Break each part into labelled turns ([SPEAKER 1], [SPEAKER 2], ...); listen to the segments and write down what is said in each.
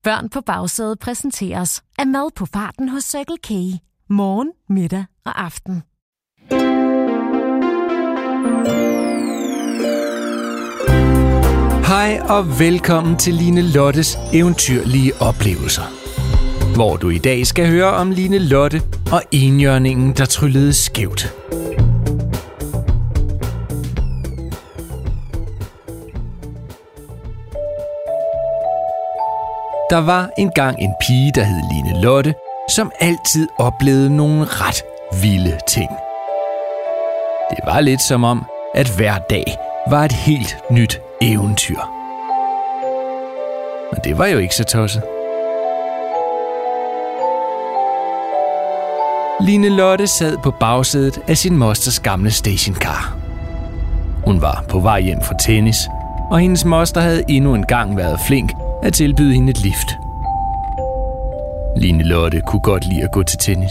[SPEAKER 1] Børn på bagsædet præsenteres af mad på farten hos Circle K. Morgen, middag og aften.
[SPEAKER 2] Hej og velkommen til Line Lottes eventyrlige oplevelser. Hvor du i dag skal høre om Line Lotte og enhjørningen, der tryllede skævt. Der var engang en pige, der hed Line Lotte, som altid oplevede nogle ret vilde ting. Det var lidt som om, at hver dag var et helt nyt eventyr. Og det var jo ikke så tosset. Line Lotte sad på bagsædet af sin mosters gamle stationcar. Hun var på vej hjem fra tennis, og hendes moster havde endnu en gang været flink at tilbyde hende et lift. Line Lotte kunne godt lide at gå til tennis.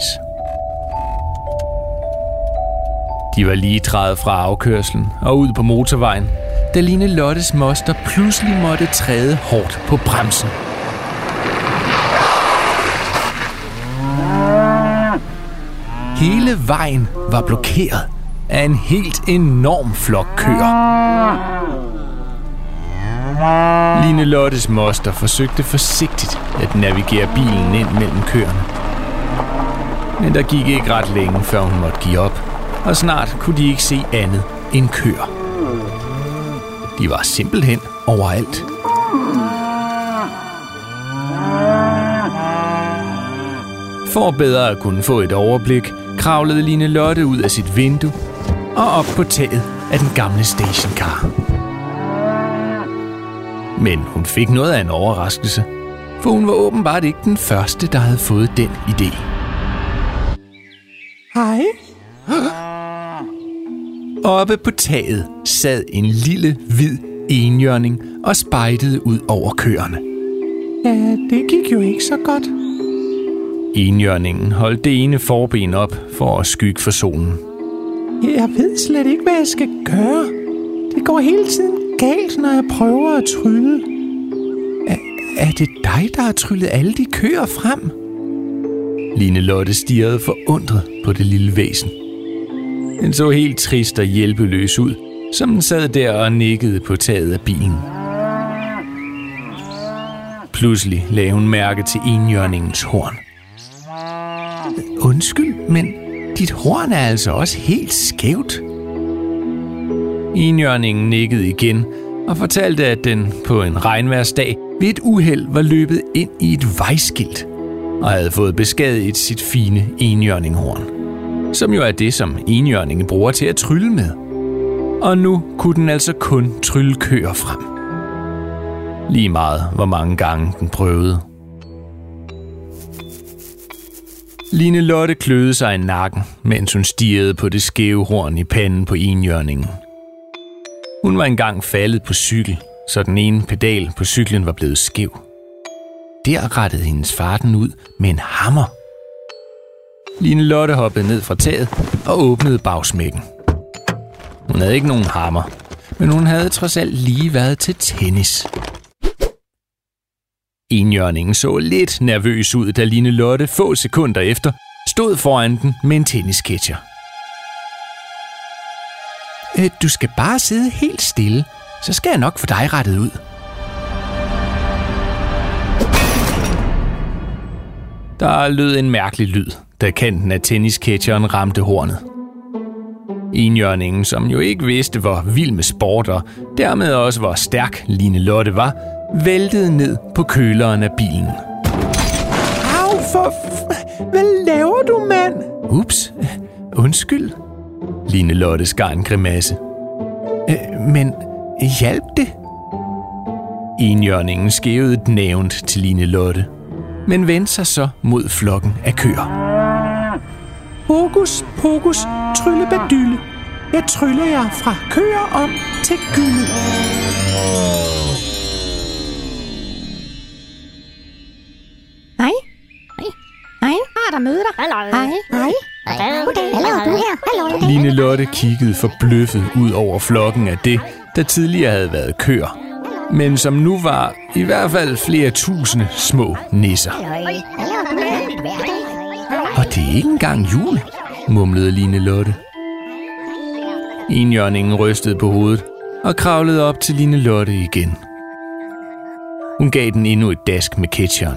[SPEAKER 2] De var lige trædet fra afkørslen og ud på motorvejen, da Line Lottes moster pludselig måtte træde hårdt på bremsen. Hele vejen var blokeret af en helt enorm flok køer. Line Lottes moster forsøgte forsigtigt at navigere bilen ind mellem køerne. Men der gik ikke ret længe, før hun måtte give op, og snart kunne de ikke se andet end køer. De var simpelthen overalt. For bedre at kunne få et overblik, kravlede Line Lotte ud af sit vindue og op på taget af den gamle stationcar. Men hun fik noget af en overraskelse, for hun var åbenbart ikke den første, der havde fået den idé. Hej. Oppe på taget sad en lille, hvid enhjørning og spejdede ud over køerne.
[SPEAKER 3] Ja, det gik jo ikke så godt.
[SPEAKER 2] Enhjørningen holdt det ene forben op for at skygge for solen.
[SPEAKER 3] Jeg ved slet ikke, hvad jeg skal gøre. Det går hele tiden galt, når jeg prøver at trylle.
[SPEAKER 2] Er det dig, der har tryllet alle de køer frem? Line Lotte stirrede forundret på det lille væsen. Den så helt trist og hjælpeløs ud, som den sad der og nikkede på taget af bilen. Pludselig lagde hun mærke til enhjørningens horn. Undskyld, men dit horn er altså også helt skævt. Enhjørningen nikkede igen og fortalte, at den på en regnvejrsdag ved et uheld var løbet ind i et vejskilt og havde fået beskadiget sit fine enhjørninghorn, som jo er det, som enhjørningen bruger til at trylle med. Og nu kunne den altså kun trylle køer frem. Lige meget, hvor mange gange den prøvede. Line Lotte kløede sig i nakken, mens hun stirrede på det skæve horn i panden på enhjørningen. Hun var engang faldet på cykel, så den ene pedal på cyklen var blevet skæv. Der rettede hendes far den ud med en hammer. Line Lotte hoppede ned fra taget og åbnede bagsmækken. Hun havde ikke nogen hammer, men hun havde trods alt lige været til tennis. Enhjørningen så lidt nervøs ud, da Line Lotte få sekunder efter stod foran den med en tennisketcher. Du skal bare sidde helt stille, så skal jeg nok få dig rettet ud. Der lød en mærkelig lyd, da kanten af tennisketcheren ramte hornet. Enhjørningen, som jo ikke vidste, hvor vild med sport og dermed også hvor stærk Line Lotte var, væltede ned på køleren af bilen.
[SPEAKER 3] Au, hvad laver du, mand?
[SPEAKER 2] Ups, undskyld. Line Lotte skar en grimasse. Men hjalp det? Enhjørningen skævede nævnt til Line Lotte, men vendte sig så mod flokken af køer.
[SPEAKER 3] Hokus pokus tryllebadylle. Jeg tryller jer fra køer om til gylde.
[SPEAKER 4] Hej. Der møder dig. Hej. Hvad laver du her?
[SPEAKER 2] Line Lotte kiggede forbløffet ud over flokken af det, der tidligere havde været køer, men som nu var i hvert fald flere tusinde små nisser. Og det er ikke engang jul, mumlede Line Lotte. Enhjørningen rystede på hovedet og kravlede op til Line Lotte igen. Hun gav den endnu et dask med ketcheren.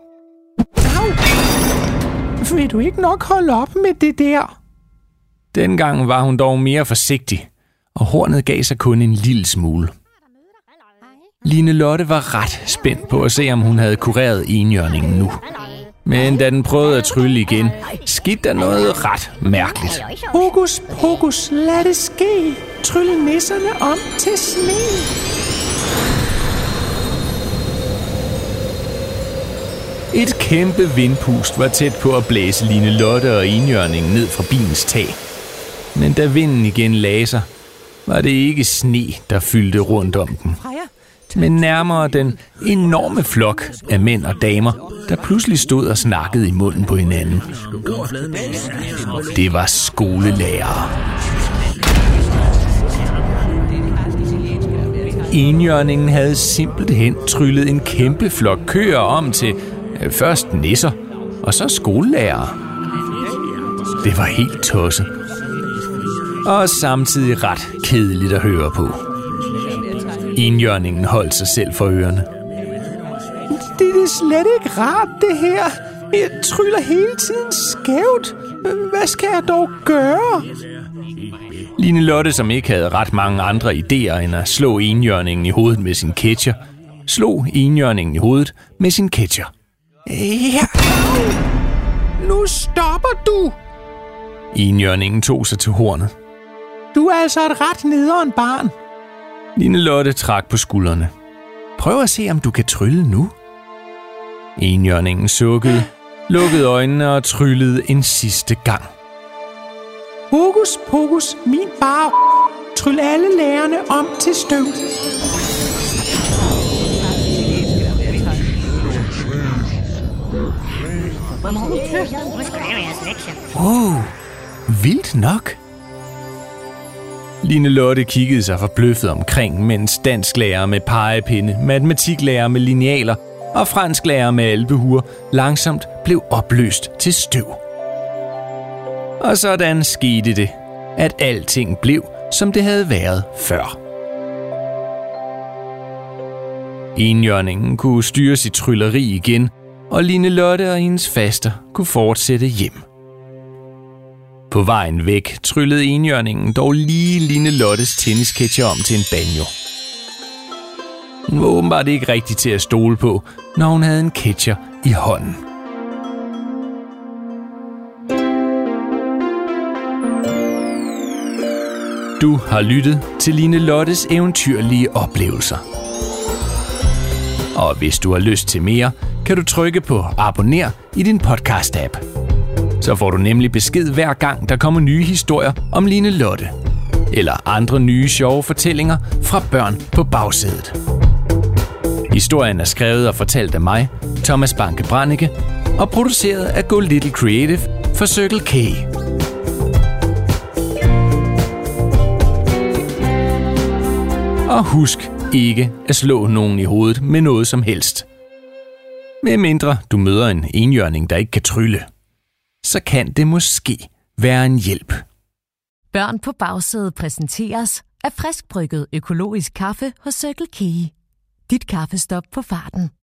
[SPEAKER 3] Vil du ikke nok holde op med det der?
[SPEAKER 2] Dengang var hun dog mere forsigtig, og hornet gav sig kun en lille smule. Line Lotte var ret spændt på at se, om hun havde kureret enhjørningen nu. Men da den prøvede at trylle igen, skete der noget ret mærkeligt.
[SPEAKER 3] Hokus pokus, lad det ske. Trylle nisserne om til sne.
[SPEAKER 2] Et kæmpe vindpust var tæt på at blæse Line Lotte og enhjørningen ned fra bilens tag. Men da vinden igen lagde sig, var det ikke sne, der fyldte rundt om den, men nærmere den enorme flok af mænd og damer, der pludselig stod og snakkede i munden på hinanden. Det var skolelærere. Enhjørningen havde simpelthen tryllet en kæmpe flok køer om til først nisser, og så skolelærere. Det var helt tosset. Og samtidig ret kedeligt at høre på. Enhjørningen holdt sig selv for ørerne.
[SPEAKER 3] Det er slet ikke rart, det her. Jeg tryller hele tiden skævt. Hvad skal jeg dog gøre?
[SPEAKER 2] Line Lotte, som ikke havde ret mange andre idéer end at slå enhjørningen i hovedet med sin ketcher, slog enhjørningen i hovedet med sin ketcher.
[SPEAKER 3] Ja. Nu stopper du!
[SPEAKER 2] Enhjørningen tog sig til hornet.
[SPEAKER 3] Du er altså et ret nederen barn.
[SPEAKER 2] Line Lotte trak på skuldrene. Prøv at se, om du kan trylle nu. Enhjørningen sukkede, lukkede øjnene og tryllede en sidste gang.
[SPEAKER 3] Hokus pokus, min bar. Tryl alle lærerne om til støv.
[SPEAKER 2] Vildt nok. Line Lotte kiggede sig forbløffet omkring, mens dansklærer med pegepinde, matematiklærer med linealer og fransklærer med alpehuer langsomt blev opløst til støv. Og sådan skete det, at alting blev, som det havde været før. Enhjørningen kunne styre sit trylleri igen, og Line Lotte og hendes faster kunne fortsætte hjem. På vejen væk tryllede enhjørningen dog lige Line Lottes tennisketcher om til en banjo. Hun var åbenbart ikke rigtig til at stole på, når hun havde en ketcher i hånden. Du har lyttet til Line Lottes eventyrlige oplevelser. Og hvis du har lyst til mere, kan du trykke på abonner i din podcast-app. Så får du nemlig besked hver gang, der kommer nye historier om Line Lotte. Eller andre nye sjove fortællinger fra børn på bagsædet. Historien er skrevet og fortalt af mig, Thomas Banke-Brannecke, og produceret af Go Little Creative for Circle K. Og husk ikke at slå nogen i hovedet med noget som helst. Med mindre du møder en enhjørning, der ikke kan trylle, så kan det måske være en hjælp.
[SPEAKER 1] Børn på bagsædet præsenteres af friskbrygget økologisk kaffe hos Circle K. Dit kaffestop på farten.